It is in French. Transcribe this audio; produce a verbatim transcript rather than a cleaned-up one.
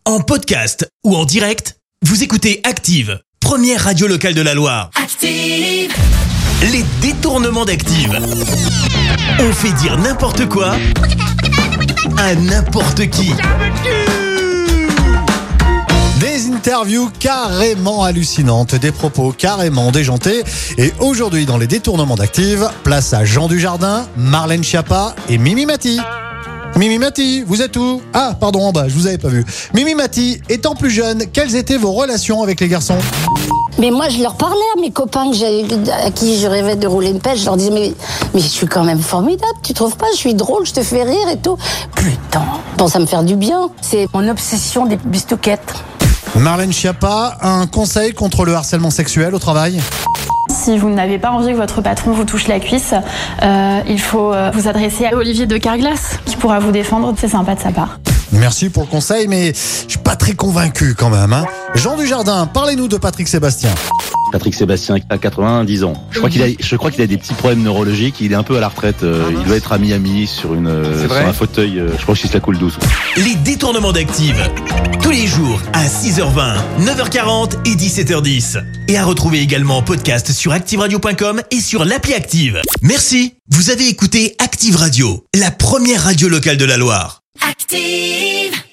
En podcast ou en direct, vous écoutez Active, première radio locale de la Loire. Active! Les détournements d'Active. On fait dire n'importe quoi à n'importe qui. Des interviews carrément hallucinantes, des propos carrément déjantés. Et aujourd'hui, dans les détournements d'Active, place à Jean Dujardin, Marlène Schiappa et Mimi Mati. Mimi Mati, vous êtes où ? Ah, pardon, en bas, je vous avais pas vu. Mimi Mati, étant plus jeune, quelles étaient vos relations avec les garçons ? Mais moi, je leur parlais à mes copains que j'ai, à qui je rêvais de rouler une pelle. Je leur disais, mais, mais je suis quand même formidable, tu trouves pas ? Je suis drôle, je te fais rire et tout. Putain, pense à me faire du bien. C'est mon obsession des bistouquettes. Marlène Schiappa, un conseil contre le harcèlement sexuel au travail ? Si vous n'avez pas envie que votre patron vous touche la cuisse, euh, il faut euh, vous adresser à Olivier de Carglass, qui pourra vous défendre. C'est sympa de sa part. Merci pour le conseil, mais je suis pas très convaincu quand même. Hein. Jean Dujardin, parlez-nous de Patrick Sébastien. Patrick Sébastien a quatre-vingt-dix ans. Je crois qu'il a, je crois qu'il a des petits problèmes neurologiques. Il est un peu à la retraite. Euh, il doit être à Miami sur une, sur un fauteuil. Euh, je crois qu'il se la coule douce. Les détournements d'Active. Tous les jours à six heures vingt, neuf heures quarante et dix-sept heures dix. Et à retrouver également en podcast sur active radio point com et sur l'appli Active. Merci. Vous avez écouté Active Radio, la première radio locale de la Loire. Active!